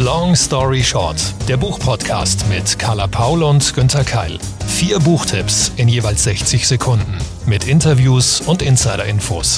Long Story Short, der Buchpodcast mit Carla Paul und Günther Keil. 4 Buchtipps in jeweils 60 Sekunden mit Interviews und Insider-Infos.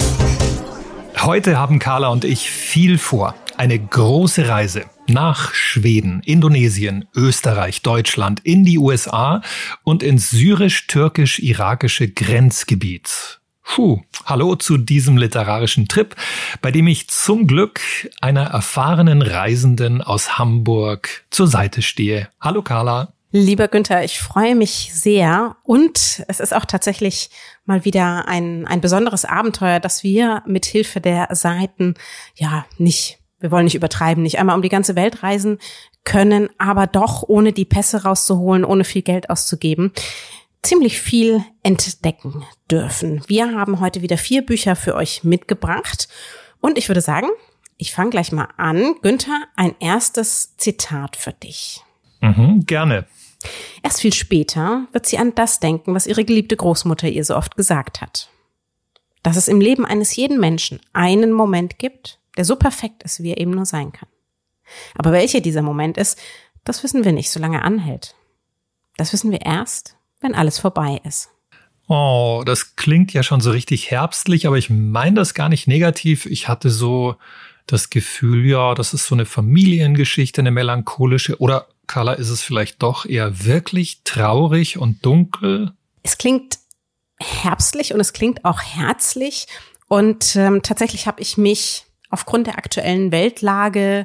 Heute haben Carla und ich viel vor. Eine große Reise nach Schweden, Indonesien, Österreich, Deutschland, in die USA und ins syrisch-türkisch-irakische Grenzgebiet. Hallo zu diesem literarischen Trip, bei dem ich zum Glück einer erfahrenen Reisenden aus Hamburg zur Seite stehe. Hallo Carla. Lieber Günther, ich freue mich sehr und es ist auch tatsächlich mal wieder ein besonderes Abenteuer, dass wir mit Hilfe der Seiten, wir wollen nicht übertreiben, nicht einmal um die ganze Welt reisen können, aber doch ohne die Pässe rauszuholen, ohne viel Geld auszugeben, ziemlich viel entdecken dürfen. Wir haben heute wieder 4 Bücher für euch mitgebracht und ich würde sagen, ich fange gleich mal an. Günther, ein erstes Zitat für dich. Gerne. Erst viel später wird sie an das denken, was ihre geliebte Großmutter ihr so oft gesagt hat. Dass es im Leben eines jeden Menschen einen Moment gibt, der so perfekt ist, wie er eben nur sein kann. Aber welcher dieser Moment ist, das wissen wir nicht, solange er anhält. Das wissen wir erst, wenn alles vorbei ist. Oh, das klingt ja schon so richtig herbstlich, aber ich meine das gar nicht negativ. Ich hatte so das Gefühl, das ist so eine Familiengeschichte, eine melancholische. Oder, Carla, ist es vielleicht doch eher wirklich traurig und dunkel? Es klingt herbstlich und es klingt auch herzlich. Und tatsächlich habe ich mich aufgrund der aktuellen Weltlage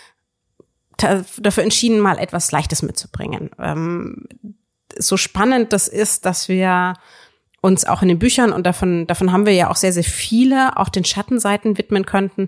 dafür entschieden, mal etwas Leichtes mitzubringen. So spannend das ist, dass wir uns auch in den Büchern, und davon haben wir ja auch sehr, sehr viele, auch den Schattenseiten widmen könnten,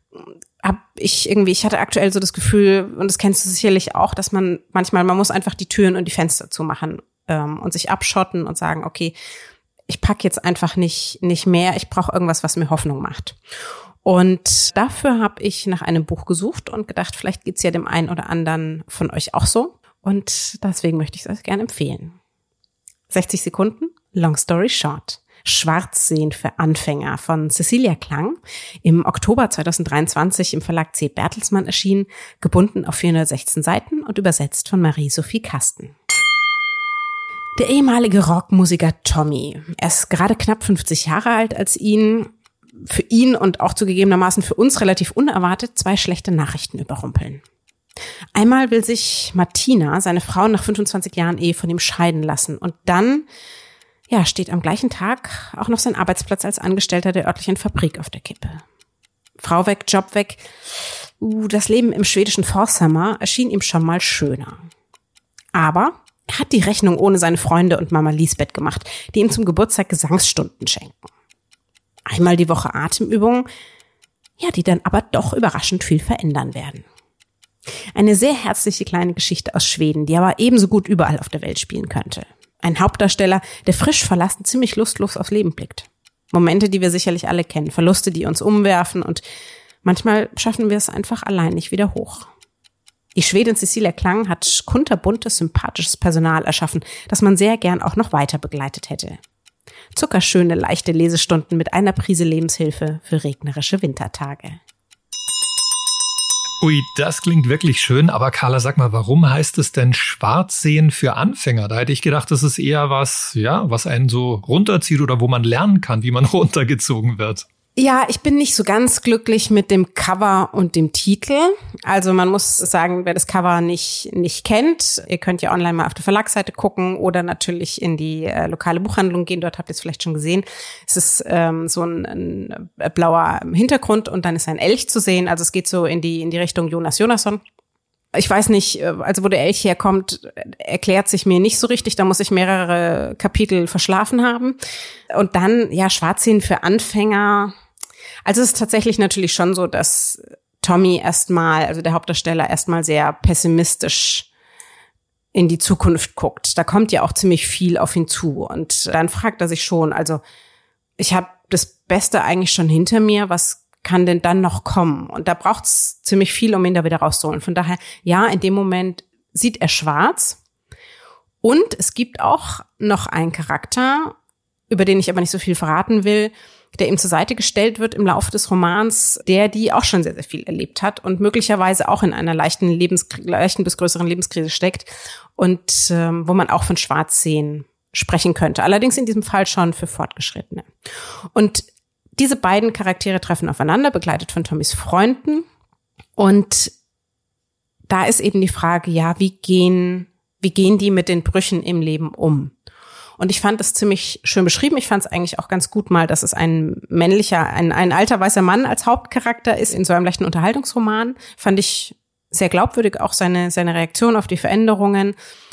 ich hatte aktuell so das Gefühl, und das kennst du sicherlich auch, dass man muss einfach die Türen und die Fenster zumachen und sich abschotten und sagen, okay, ich packe jetzt einfach nicht mehr, ich brauche irgendwas, was mir Hoffnung macht. Und dafür habe ich nach einem Buch gesucht und gedacht, vielleicht geht's ja dem einen oder anderen von euch auch so. Und deswegen möchte ich es euch gerne empfehlen. 60 Sekunden, Long Story Short. Schwarzsehen für Anfänger von Cecilia Klang, im Oktober 2023 im Verlag C. Bertelsmann erschienen, gebunden auf 416 Seiten und übersetzt von Marie-Sophie Kasten. Der ehemalige Rockmusiker Tommy, er ist gerade knapp 50 Jahre alt, als für ihn und auch zugegebenermaßen für uns relativ unerwartet 2 schlechte Nachrichten überrumpeln. Einmal will sich Martina, seine Frau, nach 25 Jahren Ehe von ihm scheiden lassen. Und dann, steht am gleichen Tag auch noch sein Arbeitsplatz als Angestellter der örtlichen Fabrik auf der Kippe. Frau weg, Job weg. Das Leben im schwedischen Forshammer erschien ihm schon mal schöner. Aber er hat die Rechnung ohne seine Freunde und Mama Lisbeth gemacht, die ihm zum Geburtstag Gesangsstunden schenken. Einmal die Woche Atemübungen, die dann aber doch überraschend viel verändern werden. Eine sehr herzliche kleine Geschichte aus Schweden, die aber ebenso gut überall auf der Welt spielen könnte. Ein Hauptdarsteller, der frisch verlassen ziemlich lustlos aufs Leben blickt. Momente, die wir sicherlich alle kennen, Verluste, die uns umwerfen und manchmal schaffen wir es einfach allein nicht wieder hoch. Die Schwedin Cecilia Klang hat kunterbuntes, sympathisches Personal erschaffen, das man sehr gern auch noch weiter begleitet hätte. Zuckerschöne, leichte Lesestunden mit einer Prise Lebenshilfe für regnerische Wintertage. Ui, das klingt wirklich schön, aber Carla, sag mal, warum heißt es denn Schwarzsehen für Anfänger? Da hätte ich gedacht, das ist eher was einen so runterzieht oder wo man lernen kann, wie man runtergezogen wird. Ja, ich bin nicht so ganz glücklich mit dem Cover und dem Titel. Also man muss sagen, wer das Cover nicht kennt, ihr könnt ja online mal auf der Verlagsseite gucken oder natürlich in die lokale Buchhandlung gehen. Dort habt ihr es vielleicht schon gesehen. Es ist so ein blauer Hintergrund und dann ist ein Elch zu sehen. Also es geht so in die Richtung Jonas Jonasson. Ich weiß nicht, also wo der Elch herkommt, erklärt sich mir nicht so richtig. Da muss ich mehrere Kapitel verschlafen haben. Und dann, Schwarzsehen für Anfänger. Also es ist tatsächlich natürlich schon so, dass Tommy also der Hauptdarsteller, erstmal sehr pessimistisch in die Zukunft guckt. Da kommt ja auch ziemlich viel auf ihn zu. Und dann fragt er sich schon, also ich habe das Beste eigentlich schon hinter mir, was kann denn dann noch kommen? Und da braucht es ziemlich viel, um ihn da wieder rauszuholen. Von daher, in dem Moment sieht er schwarz. Und es gibt auch noch einen Charakter, über den ich aber nicht so viel verraten will, der ihm zur Seite gestellt wird im Laufe des Romans, die auch schon sehr, sehr viel erlebt hat und möglicherweise auch in einer leichten bis größeren Lebenskrise steckt und wo man auch von Schwarzsehen sprechen könnte. Allerdings in diesem Fall schon für Fortgeschrittene. Und diese beiden Charaktere treffen aufeinander, begleitet von Tommys Freunden. Und da ist eben die Frage, ja, wie gehen die mit den Brüchen im Leben um? Und ich fand es ziemlich schön beschrieben. Ich fand es eigentlich auch ganz gut mal, dass es ein alter weißer Mann als Hauptcharakter ist in so einem leichten Unterhaltungsroman. Fand ich sehr glaubwürdig, auch seine Reaktion auf die Veränderungen.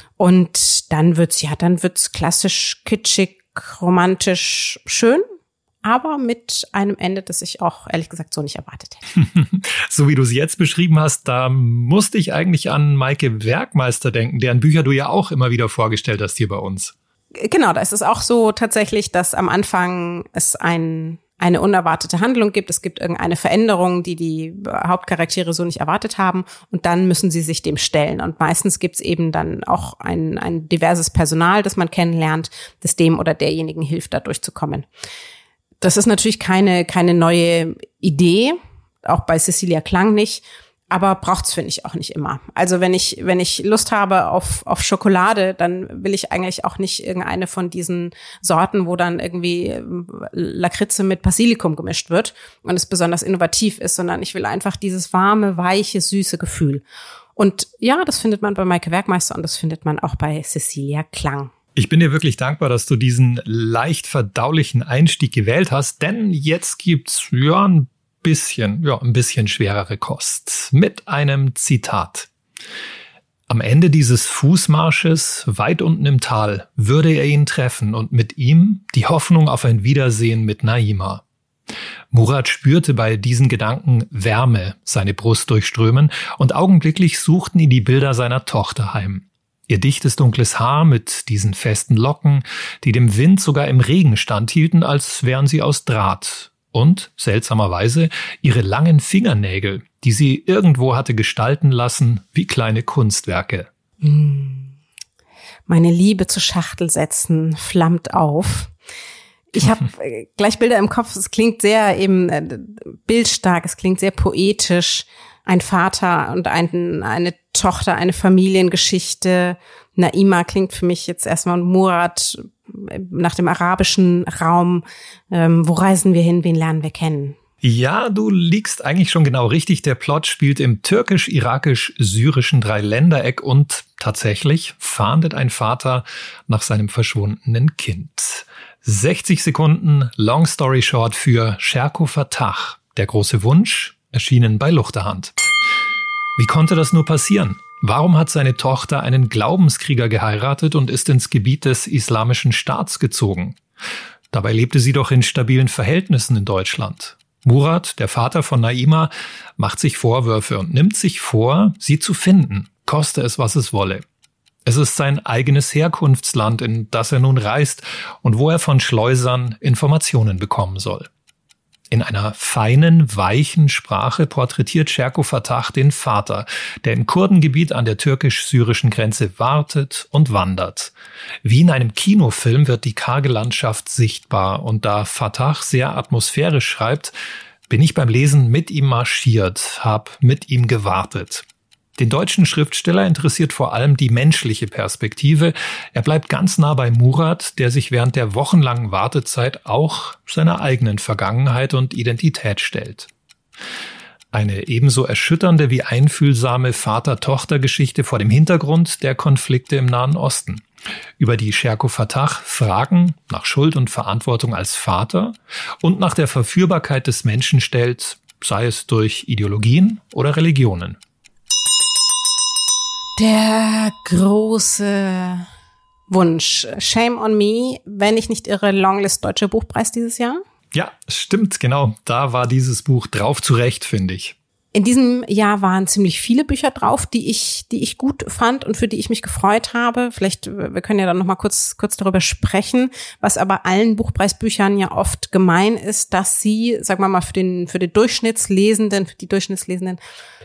Und dann wird's klassisch, kitschig, romantisch, schön. Aber mit einem Ende, das ich auch ehrlich gesagt so nicht erwartet hätte. So wie du sie jetzt beschrieben hast, da musste ich eigentlich an Maike Werkmeister denken, deren Bücher du ja auch immer wieder vorgestellt hast hier bei uns. Genau, da ist es auch so tatsächlich, dass am Anfang es eine unerwartete Handlung gibt. Es gibt irgendeine Veränderung, die Hauptcharaktere so nicht erwartet haben. Und dann müssen sie sich dem stellen. Und meistens gibt es eben dann auch ein diverses Personal, das man kennenlernt, das dem oder derjenigen hilft, da durchzukommen. Das ist natürlich keine neue Idee, auch bei Cecilia Klang nicht. Aber braucht's, finde ich, auch nicht immer. Also wenn ich Lust habe auf Schokolade, dann will ich eigentlich auch nicht irgendeine von diesen Sorten, wo dann irgendwie Lakritze mit Basilikum gemischt wird und es besonders innovativ ist, sondern ich will einfach dieses warme, weiche, süße Gefühl. Und ja, das findet man bei Maike Werkmeister und das findet man auch bei Cecilia Klang. Ich bin dir wirklich dankbar, dass du diesen leicht verdaulichen Einstieg gewählt hast, denn jetzt gibt's ein bisschen schwerere Kost mit einem Zitat. Am Ende dieses Fußmarsches, weit unten im Tal, würde er ihn treffen und mit ihm die Hoffnung auf ein Wiedersehen mit Naima. Murat spürte bei diesen Gedanken Wärme seine Brust durchströmen und augenblicklich suchten ihn die Bilder seiner Tochter heim. Ihr dichtes dunkles Haar mit diesen festen Locken, die dem Wind sogar im Regen standhielten, als wären sie aus Draht. Und, seltsamerweise, ihre langen Fingernägel, die sie irgendwo hatte gestalten lassen, wie kleine Kunstwerke. Meine Liebe zu Schachtelsätzen flammt auf. Ich habe gleich Bilder im Kopf, es klingt sehr bildstark, es klingt sehr poetisch. Ein Vater und eine Tochter, eine Familiengeschichte. Naima klingt für mich jetzt erstmal Murat nach dem arabischen Raum. Wo reisen wir hin? Wen lernen wir kennen? Ja, du liegst eigentlich schon genau richtig. Der Plot spielt im türkisch-irakisch-syrischen Dreiländereck und tatsächlich fahndet ein Vater nach seinem verschwundenen Kind. 60 Sekunden Long Story Short für Sherko Fatah. Der große Wunsch, erschienen bei Luchterhand. Wie konnte das nur passieren? Warum hat seine Tochter einen Glaubenskrieger geheiratet und ist ins Gebiet des Islamischen Staats gezogen? Dabei lebte sie doch in stabilen Verhältnissen in Deutschland. Murat, der Vater von Naima, macht sich Vorwürfe und nimmt sich vor, sie zu finden, koste es, was es wolle. Es ist sein eigenes Herkunftsland, in das er nun reist und wo er von Schleusern Informationen bekommen soll. In einer feinen, weichen Sprache porträtiert Sherko Fatah den Vater, der im Kurdengebiet an der türkisch-syrischen Grenze wartet und wandert. Wie in einem Kinofilm wird die karge Landschaft sichtbar und da Fatah sehr atmosphärisch schreibt, bin ich beim Lesen mit ihm marschiert, hab mit ihm gewartet. Den deutschen Schriftsteller interessiert vor allem die menschliche Perspektive. Er bleibt ganz nah bei Murat, der sich während der wochenlangen Wartezeit auch seiner eigenen Vergangenheit und Identität stellt. Eine ebenso erschütternde wie einfühlsame Vater-Tochter-Geschichte vor dem Hintergrund der Konflikte im Nahen Osten, über die Sherko Fatah Fragen nach Schuld und Verantwortung als Vater und nach der Verführbarkeit des Menschen stellt, sei es durch Ideologien oder Religionen. Der große Wunsch. Shame on me, wenn ich nicht irre, Longlist Deutscher Buchpreis dieses Jahr? Ja, stimmt, genau. Da war dieses Buch drauf zurecht, finde ich. In diesem Jahr waren ziemlich viele Bücher drauf, die ich gut fand und für die ich mich gefreut habe. Vielleicht, wir können ja dann noch mal kurz darüber sprechen, was aber allen Buchpreisbüchern ja oft gemein ist, dass sie, sagen wir mal, für die Durchschnittslesenden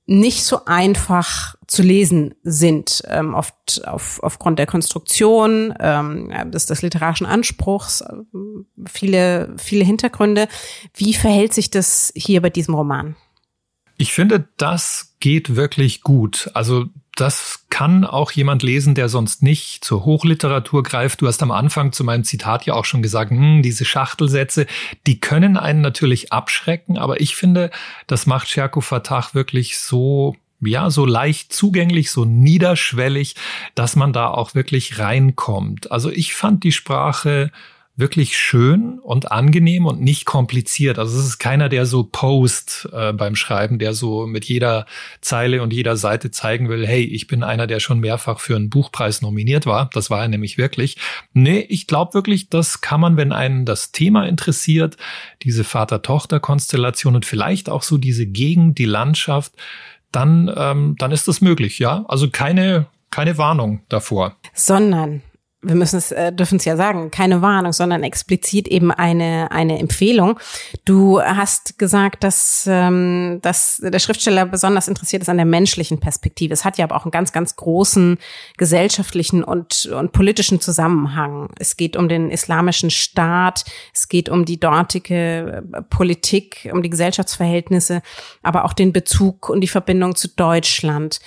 nicht so einfach zu lesen sind, oft aufgrund der Konstruktion, des literarischen Anspruchs, viele Hintergründe. Wie verhält sich das hier bei diesem Roman? Ich finde, das geht wirklich gut. Also das kann auch jemand lesen, der sonst nicht zur Hochliteratur greift. Du hast am Anfang zu meinem Zitat ja auch schon gesagt, diese Schachtelsätze, die können einen natürlich abschrecken. Aber ich finde, das macht Sherko Fattah wirklich so leicht zugänglich, so niederschwellig, dass man da auch wirklich reinkommt. Also ich fand die Sprache wirklich schön und angenehm und nicht kompliziert. Also es ist keiner, der so post beim Schreiben, der so mit jeder Zeile und jeder Seite zeigen will, hey, ich bin einer, der schon mehrfach für einen Buchpreis nominiert war. Das war er nämlich wirklich. Nee, ich glaube wirklich, das kann man, wenn einen das Thema interessiert, diese Vater-Tochter-Konstellation und vielleicht auch so diese Gegend, die Landschaft, dann ist das möglich, ja. Also keine Warnung davor. Sondern wir dürfen es ja sagen, keine Warnung, sondern explizit eben eine Empfehlung. Du hast gesagt, dass der Schriftsteller besonders interessiert ist an der menschlichen Perspektive. Es hat ja aber auch einen ganz, ganz großen gesellschaftlichen und politischen Zusammenhang. Es geht um den islamischen Staat, es geht um die dortige Politik, um die Gesellschaftsverhältnisse, aber auch den Bezug und die Verbindung zu Deutschland.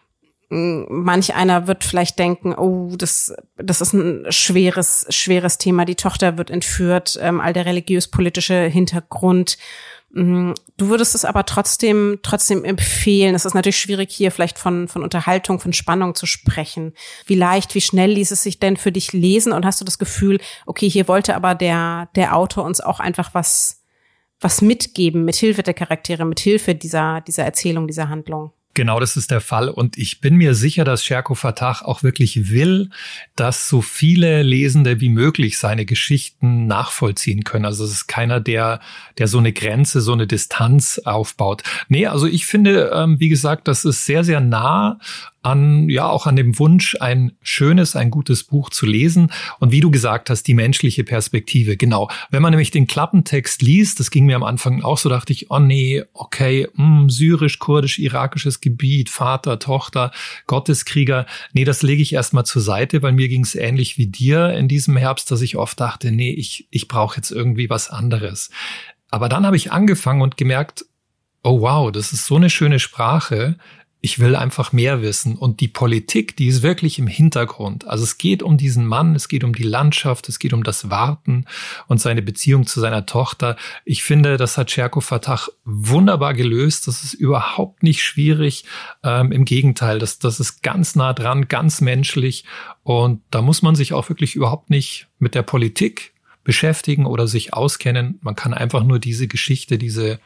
Manch einer wird vielleicht denken, oh, das ist ein schweres Thema. Die Tochter wird entführt, all der religiös-politische Hintergrund. Du würdest es aber trotzdem empfehlen. Es ist natürlich schwierig, hier vielleicht von Unterhaltung, von Spannung zu sprechen. Wie schnell ließ es sich denn für dich lesen? Und hast du das Gefühl, okay, hier wollte aber der Autor uns auch einfach was mitgeben, mit Hilfe der Charaktere, mit Hilfe dieser Erzählung, dieser Handlung? Genau, das ist der Fall. Und ich bin mir sicher, dass Sherko Fattah auch wirklich will, dass so viele Lesende wie möglich seine Geschichten nachvollziehen können. Also es ist keiner, der so eine Grenze, so eine Distanz aufbaut. Nee, also ich finde, wie gesagt, das ist sehr, sehr nah auch an dem Wunsch, ein gutes Buch zu lesen. Und wie du gesagt hast, die menschliche Perspektive, genau. Wenn man nämlich den Klappentext liest, das ging mir am Anfang auch so, dachte ich, oh nee, okay, syrisch, kurdisch, irakisches Gebiet, Vater, Tochter, Gotteskrieger. Nee, das lege ich erstmal zur Seite, weil mir ging es ähnlich wie dir in diesem Herbst, dass ich oft dachte, nee, ich brauche jetzt irgendwie was anderes. Aber dann habe ich angefangen und gemerkt, oh wow, das ist so eine schöne Sprache. Ich will einfach mehr wissen. Und die Politik, die ist wirklich im Hintergrund. Also es geht um diesen Mann, es geht um die Landschaft, es geht um das Warten und seine Beziehung zu seiner Tochter. Ich finde, das hat Sherko Fattah wunderbar gelöst. Das ist überhaupt nicht schwierig. Im Gegenteil, das ist ganz nah dran, ganz menschlich. Und da muss man sich auch wirklich überhaupt nicht mit der Politik beschäftigen oder sich auskennen. Man kann einfach nur diese Geschichte, diese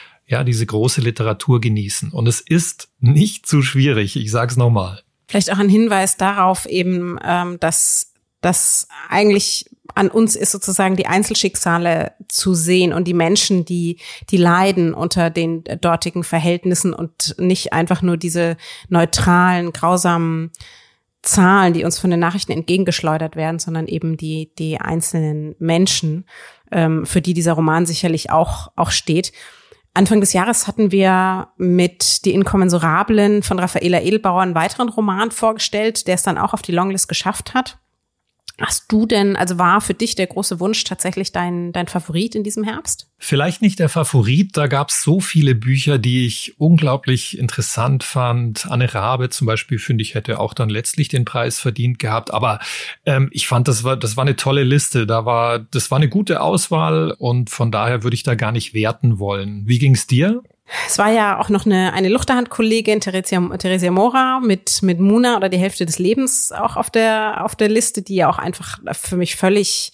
große Literatur genießen. Und es ist nicht zu schwierig, ich sag's nochmal. Vielleicht auch ein Hinweis darauf eben, dass das eigentlich an uns ist, sozusagen die Einzelschicksale zu sehen und die Menschen, die leiden unter den dortigen Verhältnissen und nicht einfach nur diese neutralen, grausamen Zahlen, die uns von den Nachrichten entgegengeschleudert werden, sondern eben die einzelnen Menschen, für die dieser Roman sicherlich auch steht. Anfang des Jahres hatten wir mit Die Inkommensurablen von Raffaela Edelbauer einen weiteren Roman vorgestellt, der es dann auch auf die Longlist geschafft hat. Hast du denn, also war für dich der große Wunsch tatsächlich dein Favorit in diesem Herbst? Vielleicht nicht der Favorit, da gab es so viele Bücher, die ich unglaublich interessant fand. Anne Rabe zum Beispiel, finde ich, hätte auch dann letztlich den Preis verdient gehabt. Aber ich fand, das war eine tolle Liste. Das war eine gute Auswahl und von daher würde ich da gar nicht werten wollen. Wie ging's dir? Es war ja auch noch eine Luchterhand-Kollegin, Theresia Mora, mit Muna oder die Hälfte des Lebens auch auf der Liste, die ja auch einfach für mich völlig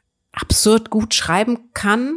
absurd gut schreiben kann,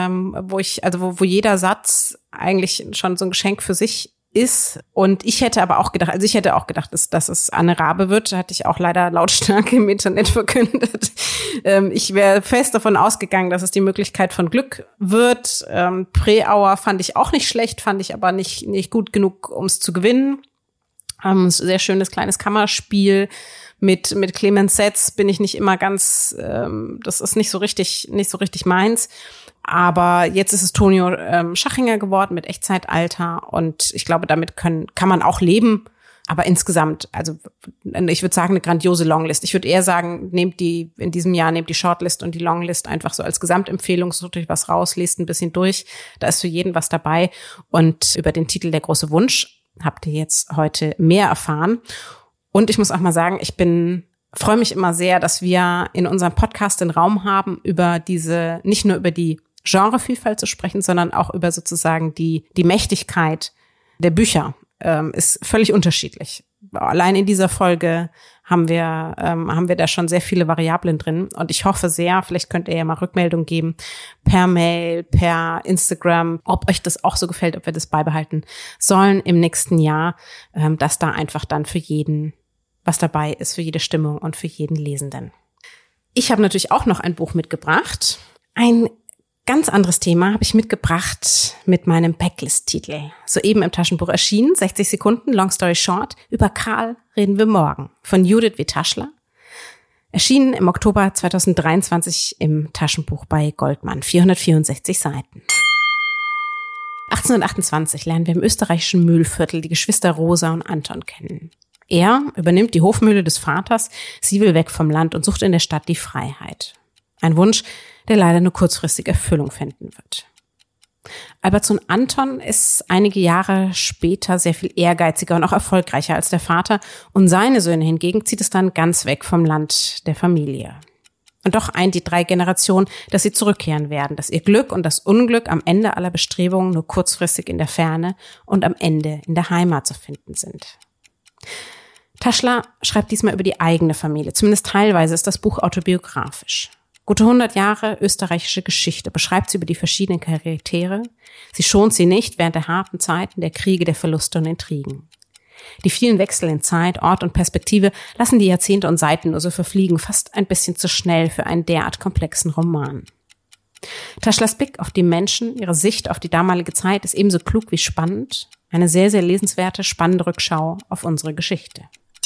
wo jeder Satz eigentlich schon so ein Geschenk für sich ist. Und ich hätte auch gedacht, dass es Anne Rabe wird. Da hatte ich auch leider lautstark im Internet verkündet. Ich wäre fest davon ausgegangen, dass es die Möglichkeit von Glück wird. Preauer fand ich auch nicht schlecht, fand ich aber nicht gut genug, um es zu gewinnen. Sehr schönes kleines Kammerspiel. Mit Clemens Setz bin ich nicht immer ganz, das ist nicht so richtig meins. Aber jetzt ist es Tonio Schachinger geworden mit Echtzeitalter und ich glaube, damit kann man auch leben. Aber insgesamt, also ich würde sagen, eine grandiose Longlist. Ich würde eher sagen, nehmt die Shortlist und die Longlist einfach so als Gesamtempfehlung, sucht euch was raus, lest ein bisschen durch. Da ist für jeden was dabei. Und über den Titel Der große Wunsch habt ihr jetzt heute mehr erfahren. Und ich muss auch mal sagen, freue mich immer sehr, dass wir in unserem Podcast den Raum haben, nicht nur über die Genrevielfalt zu sprechen, sondern auch über sozusagen die Mächtigkeit der Bücher. Ist völlig unterschiedlich. Allein in dieser Folge haben wir da schon sehr viele Variablen drin. Und ich hoffe sehr, vielleicht könnt ihr ja mal Rückmeldung geben, per Mail, per Instagram, ob euch das auch so gefällt, ob wir das beibehalten sollen im nächsten Jahr, dass da einfach dann für jeden was dabei ist, für jede Stimmung und für jeden Lesenden. Ich habe natürlich auch noch ein Buch mitgebracht. Ein ganz anderes Thema habe ich mitgebracht mit meinem Backlist-Titel. Soeben im Taschenbuch erschienen, 60 Sekunden, Long Story Short, über Karl reden wir morgen, von Judith W. Taschler. Erschienen im Oktober 2023 im Taschenbuch bei Goldmann, 464 Seiten. 1828 lernen wir im österreichischen Mühlviertel die Geschwister Rosa und Anton kennen. Er übernimmt die Hofmühle des Vaters, sie will weg vom Land und sucht in der Stadt die Freiheit. Ein Wunsch, der leider nur kurzfristig Erfüllung finden wird. Albertsohn Anton ist einige Jahre später sehr viel ehrgeiziger und auch erfolgreicher als der Vater und seine Söhne hingegen zieht es dann ganz weg vom Land der Familie. Und doch eint die 3 Generationen, dass sie zurückkehren werden, dass ihr Glück und das Unglück am Ende aller Bestrebungen nur kurzfristig in der Ferne und am Ende in der Heimat zu finden sind. Taschler schreibt diesmal über die eigene Familie, zumindest teilweise ist das Buch autobiografisch. Gute 100 Jahre österreichische Geschichte beschreibt sie über die verschiedenen Charaktere. Sie schont sie nicht während der harten Zeiten, der Kriege, der Verluste und Intrigen. Die vielen Wechsel in Zeit, Ort und Perspektive lassen die Jahrzehnte und Seiten nur so verfliegen, fast ein bisschen zu schnell für einen derart komplexen Roman. Taschlers Blick auf die Menschen, ihre Sicht auf die damalige Zeit ist ebenso klug wie spannend. Eine sehr, sehr lesenswerte, spannende Rückschau auf unsere Geschichte.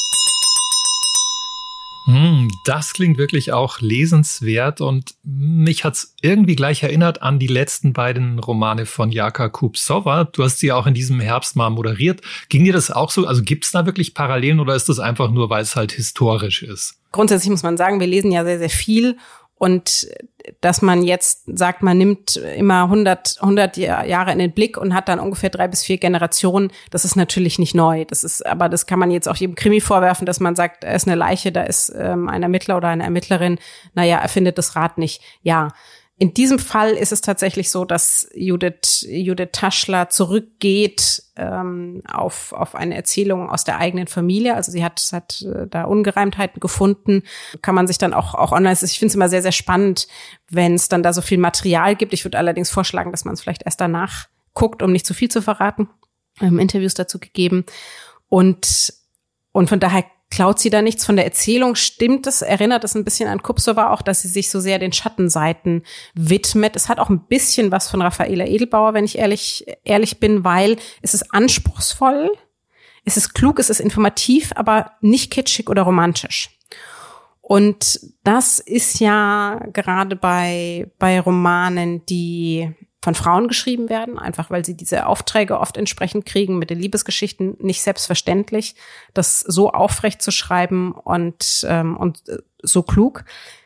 Das klingt wirklich auch lesenswert und mich hat's irgendwie gleich erinnert an die letzten beiden Romane von Jaka Kupsova. Du hast sie auch in diesem Herbst mal moderiert. Ging dir das auch so? Also gibt's da wirklich Parallelen oder ist das einfach nur, weil es halt historisch ist? Grundsätzlich muss man sagen, wir lesen ja sehr, sehr viel. Und dass man jetzt sagt, man nimmt immer 100 Jahre in den Blick und hat dann ungefähr 3 bis 4 Generationen, das ist natürlich nicht neu. Aber das kann man jetzt auch jedem Krimi vorwerfen, dass man sagt, da ist eine Leiche, da ist ein Ermittler oder eine Ermittlerin. Naja, er findet das Rad nicht. Ja. In diesem Fall ist es tatsächlich so, dass Judith Taschler zurückgeht auf eine Erzählung aus der eigenen Familie. Also sie hat da Ungereimtheiten gefunden. Kann man sich dann auch online, ich finde es immer sehr, sehr spannend, wenn es dann da so viel Material gibt. Ich würde allerdings vorschlagen, dass man es vielleicht erst danach guckt, um nicht zu viel zu verraten. Interviews dazu gegeben. Und von daher klaut sie da nichts von der Erzählung. Stimmt es, erinnert es ein bisschen an Kupsova auch, dass sie sich so sehr den Schattenseiten widmet. Es hat auch ein bisschen was von Raffaela Edelbauer, wenn ich ehrlich bin, weil es ist anspruchsvoll, es ist klug, es ist informativ, aber nicht kitschig oder romantisch. Und das ist ja gerade bei Romanen, die von Frauen geschrieben werden, einfach weil sie diese Aufträge oft entsprechend kriegen mit den Liebesgeschichten, nicht selbstverständlich, das so aufrecht zu schreiben und so klug.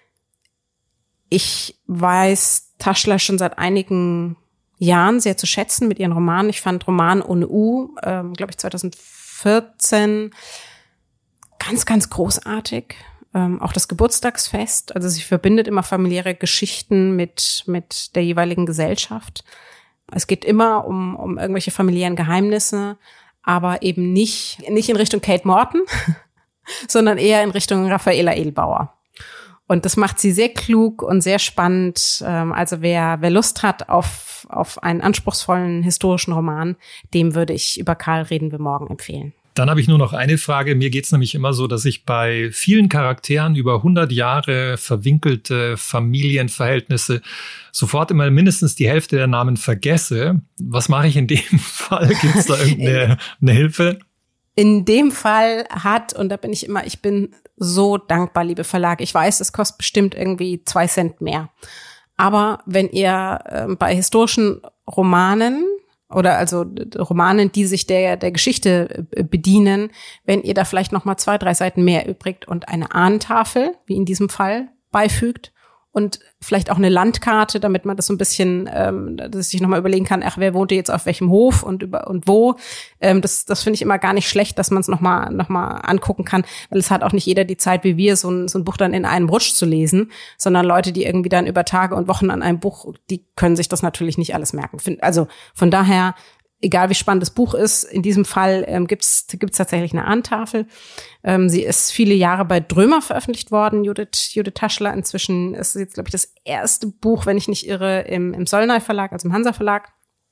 Ich weiß Taschler schon seit einigen Jahren sehr zu schätzen mit ihren Romanen. Ich fand Roman ohne U, glaube ich 2014, ganz, ganz großartig. Auch das Geburtstagsfest, also sie verbindet immer familiäre Geschichten mit der jeweiligen Gesellschaft. Es geht immer um irgendwelche familiären Geheimnisse, aber eben nicht in Richtung Kate Morton, sondern eher in Richtung Raffaela Edelbauer. Und das macht sie sehr klug und sehr spannend. Also wer Lust hat auf einen anspruchsvollen historischen Roman, dem würde ich über Karl reden wir morgen empfehlen. Dann habe ich nur noch eine Frage. Mir geht's nämlich immer so, dass ich bei vielen Charakteren über 100 Jahre verwinkelte Familienverhältnisse sofort immer mindestens die Hälfte der Namen vergesse. Was mache ich in dem Fall? Gibt's da irgendeine Hilfe? In dem Fall ich bin so dankbar, liebe Verlag. Ich weiß, es kostet bestimmt irgendwie 2 Cent mehr. Aber wenn ihr bei historischen Romanen oder also Romanen, die sich der Geschichte bedienen, wenn ihr da vielleicht noch mal 2, 3 Seiten mehr übrigt und eine Ahnentafel, wie in diesem Fall, beifügt und vielleicht auch eine Landkarte, damit man das so ein bisschen, dass ich noch mal überlegen kann, ach, wer wohnte jetzt auf welchem Hof und wo. Das finde ich immer gar nicht schlecht, dass man es noch mal angucken kann, weil es hat auch nicht jeder die Zeit wie wir, so ein Buch dann in einem Rutsch zu lesen, sondern Leute, die irgendwie dann über Tage und Wochen an einem Buch, die können sich das natürlich nicht alles merken. Also von daher, egal wie spannend das Buch ist, in diesem Fall gibt's tatsächlich eine Ahnentafel. Sie ist viele Jahre bei Drömer veröffentlicht worden, Judith Taschler. Inzwischen ist jetzt, glaube ich, das erste Buch, wenn ich nicht irre, im Sollnay Verlag, also im Hansa Verlag,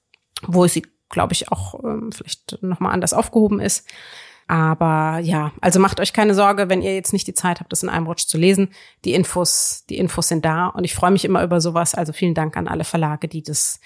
wo sie, glaube ich, auch vielleicht nochmal anders aufgehoben ist. Aber ja, also macht euch keine Sorge, wenn ihr jetzt nicht die Zeit habt, das in einem Rutsch zu lesen. Die Infos sind da und ich freue mich immer über sowas. Also vielen Dank an alle Verlage, die das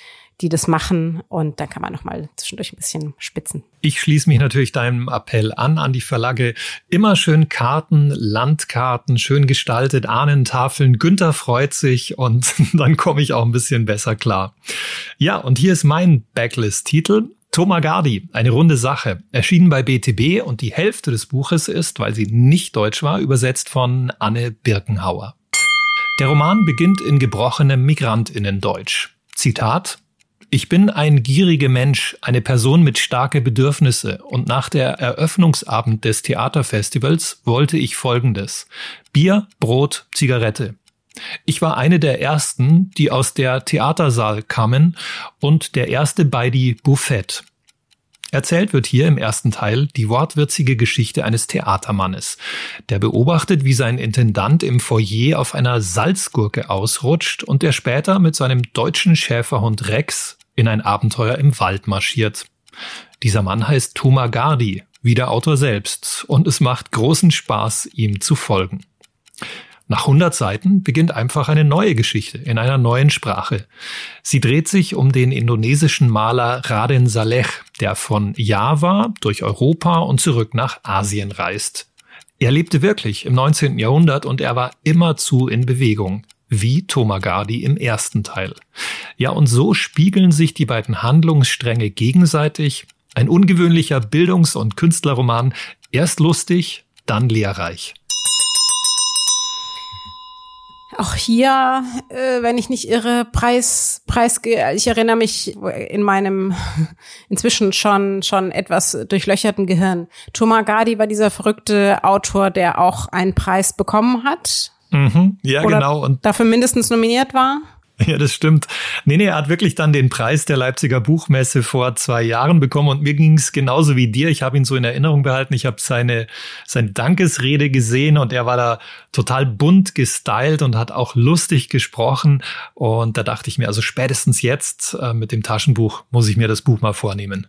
machen und dann kann man noch mal zwischendurch ein bisschen spitzen. Ich schließe mich natürlich deinem Appell an die Verlage. Immer schön Karten, Landkarten, schön gestaltet, Ahnentafeln. Günther freut sich und dann komme ich auch ein bisschen besser klar. Ja, und hier ist mein Backlist-Titel. Tomagardi, eine runde Sache. Erschienen bei BTB und die Hälfte des Buches ist, weil sie nicht deutsch war, übersetzt von Anne Birkenhauer. Der Roman beginnt in gebrochenem MigrantInnen-Deutsch. Zitat: Ich bin ein gieriger Mensch, eine Person mit starken Bedürfnissen und nach der Eröffnungsabend des Theaterfestivals wollte ich Folgendes: Bier, Brot, Zigarette. Ich war eine der ersten, die aus der Theatersaal kamen und der erste bei die Buffet. Erzählt wird hier im ersten Teil die wortwitzige Geschichte eines Theatermannes, der beobachtet, wie sein Intendant im Foyer auf einer Salzgurke ausrutscht und der später mit seinem deutschen Schäferhund Rex in ein Abenteuer im Wald marschiert. Dieser Mann heißt Tomagardi, wie der Autor selbst, und es macht großen Spaß, ihm zu folgen. Nach 100 Seiten beginnt einfach eine neue Geschichte in einer neuen Sprache. Sie dreht sich um den indonesischen Maler Raden Saleh, der von Java durch Europa und zurück nach Asien reist. Er lebte wirklich im 19. Jahrhundert und er war immerzu in Bewegung, wie Tomagardi im ersten Teil. Ja, und so spiegeln sich die beiden Handlungsstränge gegenseitig. Ein ungewöhnlicher Bildungs- und Künstlerroman, erst lustig, dann lehrreich. Auch hier, wenn ich nicht irre, ich erinnere mich in meinem inzwischen schon etwas durchlöcherten Gehirn. Tomagardi war dieser verrückte Autor, der auch einen Preis bekommen hat. Mhm, ja, oder genau. Und dafür mindestens nominiert war. Ja, das stimmt. Nee, er hat wirklich dann den Preis der Leipziger Buchmesse vor 2 Jahren bekommen und mir ging es genauso wie dir. Ich habe ihn so in Erinnerung behalten. Ich habe seine Dankesrede gesehen und er war da total bunt gestylt und hat auch lustig gesprochen. Und da dachte ich mir, also spätestens jetzt mit dem Taschenbuch muss ich mir das Buch mal vornehmen.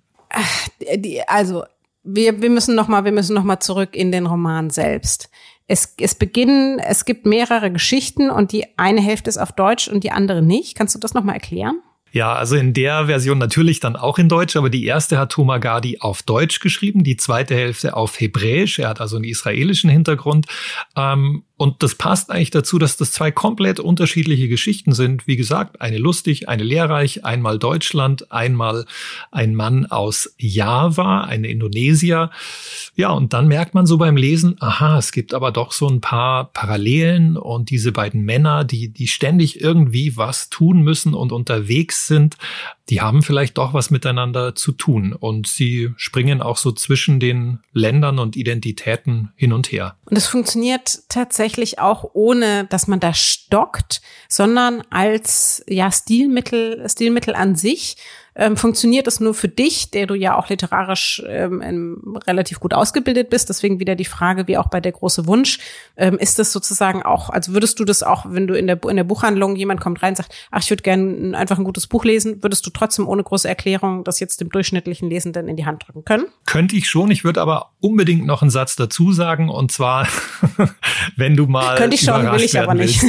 Also wir müssen noch mal zurück in den Roman selbst. Es gibt mehrere Geschichten und die eine Hälfte ist auf Deutsch und die andere nicht. Kannst du das noch mal erklären? Ja, also in der Version natürlich dann auch in Deutsch, aber die erste hat Tomagardi auf Deutsch geschrieben, die zweite Hälfte auf Hebräisch. Er hat also einen israelischen Hintergrund. Und das passt eigentlich dazu, dass das 2 komplett unterschiedliche Geschichten sind. Wie gesagt, eine lustig, eine lehrreich, einmal Deutschland, einmal ein Mann aus Java, eine Indonesier. Ja, und dann merkt man so beim Lesen, aha, es gibt aber doch so ein paar Parallelen und diese beiden Männer, die ständig irgendwie was tun müssen und unterwegs sind, die haben vielleicht doch was miteinander zu tun und sie springen auch so zwischen den Ländern und Identitäten hin und her. Und es funktioniert tatsächlich auch ohne, dass man da stockt, sondern als Stilmittel an sich. Funktioniert es nur für dich, der du ja auch literarisch relativ gut ausgebildet bist? Deswegen wieder die Frage, wie auch bei Der große Wunsch. Ist das sozusagen auch, also würdest du das auch, wenn du in der Buchhandlung, jemand kommt rein und sagt, ach, ich würde gerne einfach ein gutes Buch lesen, würdest du trotzdem ohne große Erklärung das jetzt dem durchschnittlichen Lesenden in die Hand drücken können? Könnte ich schon, ich würde aber unbedingt noch einen Satz dazu sagen, und zwar, wenn du mal könnte ich schon, will ich aber nicht.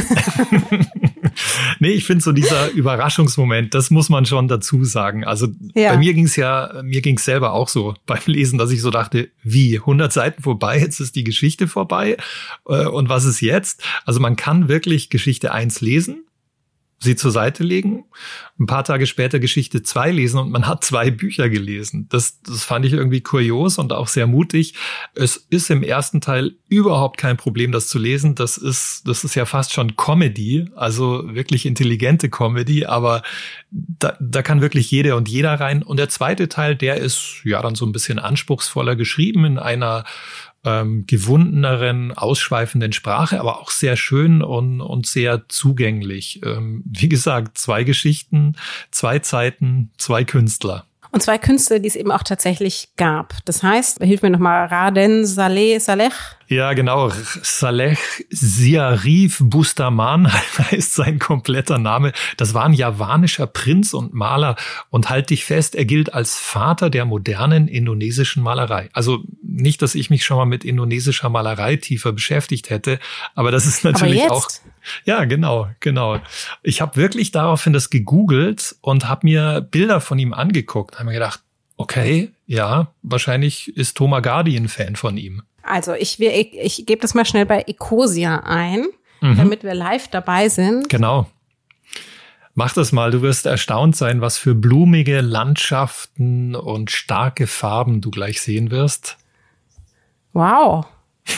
Nee, ich finde so dieser Überraschungsmoment, das muss man schon dazu sagen. Also Bei mir ging's selber auch so beim Lesen, dass ich so dachte, wie, 100 Seiten vorbei, jetzt ist die Geschichte vorbei und was ist jetzt? Also man kann wirklich Geschichte 1 lesen, sie zur Seite legen, ein paar Tage später Geschichte 2 lesen und man hat 2 Bücher gelesen. Das fand ich irgendwie kurios und auch sehr mutig. Es ist im ersten Teil überhaupt kein Problem, das zu lesen. Das ist ja fast schon Comedy, also wirklich intelligente Comedy, aber da kann wirklich jede und jeder rein. Und der zweite Teil, der ist ja dann so ein bisschen anspruchsvoller geschrieben in einer gewundeneren, ausschweifenden Sprache, aber auch sehr schön und sehr zugänglich. Wie gesagt, 2 Geschichten, 2 Zeiten, 2 Künstler. Und 2 Künstler, die es eben auch tatsächlich gab. Das heißt, hilf mir nochmal, Raden Saleh. Ja, genau. Saleh Ziarif Bustaman heißt sein kompletter Name. Das war ein javanischer Prinz und Maler. Und halt dich fest, er gilt als Vater der modernen indonesischen Malerei. Also nicht, dass ich mich schon mal mit indonesischer Malerei tiefer beschäftigt hätte, aber das ist natürlich auch... Ja, genau. Ich habe wirklich daraufhin das gegoogelt und habe mir Bilder von ihm angeguckt. Habe mir gedacht, okay, ja, wahrscheinlich ist Thomas Gardi ein Fan von ihm. Also ich gebe das mal schnell bei Ecosia ein, damit wir live dabei sind. Genau. Mach das mal, du wirst erstaunt sein, was für blumige Landschaften und starke Farben du gleich sehen wirst. Wow.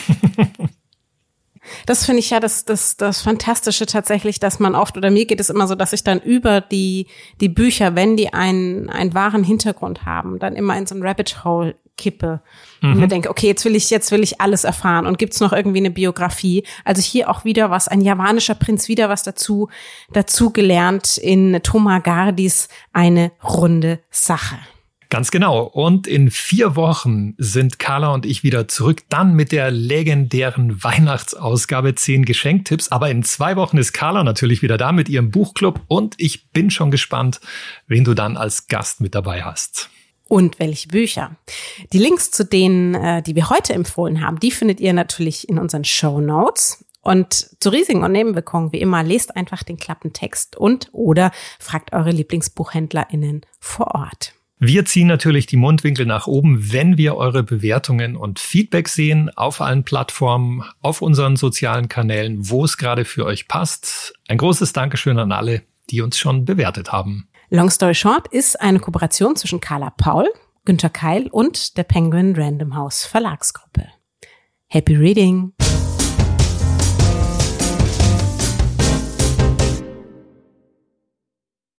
Das finde ich ja das Fantastische tatsächlich, dass man oft, oder mir geht es immer so, dass ich dann über die Bücher, wenn die einen wahren Hintergrund haben, dann immer in so ein Rabbit Hole kippe und mir denke, okay, jetzt will ich alles erfahren und gibt's noch irgendwie eine Biografie? Also hier auch wieder was, ein javanischer Prinz, wieder was dazu gelernt in Thomas Gardis Eine runde Sache. Ganz genau. Und in 4 Wochen sind Carla und ich wieder zurück, dann mit der legendären Weihnachtsausgabe 10 Geschenktipps. Aber in 2 Wochen ist Carla natürlich wieder da mit ihrem Buchclub und ich bin schon gespannt, wen du dann als Gast mit dabei hast. Und welche Bücher. Die Links zu denen, die wir heute empfohlen haben, die findet ihr natürlich in unseren Shownotes. Und zu Risiken und Nebenwirkungen, wie immer, lest einfach den Klappentext oder fragt eure LieblingsbuchhändlerInnen vor Ort. Wir ziehen natürlich die Mundwinkel nach oben, wenn wir eure Bewertungen und Feedback sehen auf allen Plattformen, auf unseren sozialen Kanälen, wo es gerade für euch passt. Ein großes Dankeschön an alle, die uns schon bewertet haben. Long Story Short ist eine Kooperation zwischen Carla Paul, Günther Keil und der Penguin Random House Verlagsgruppe. Happy Reading!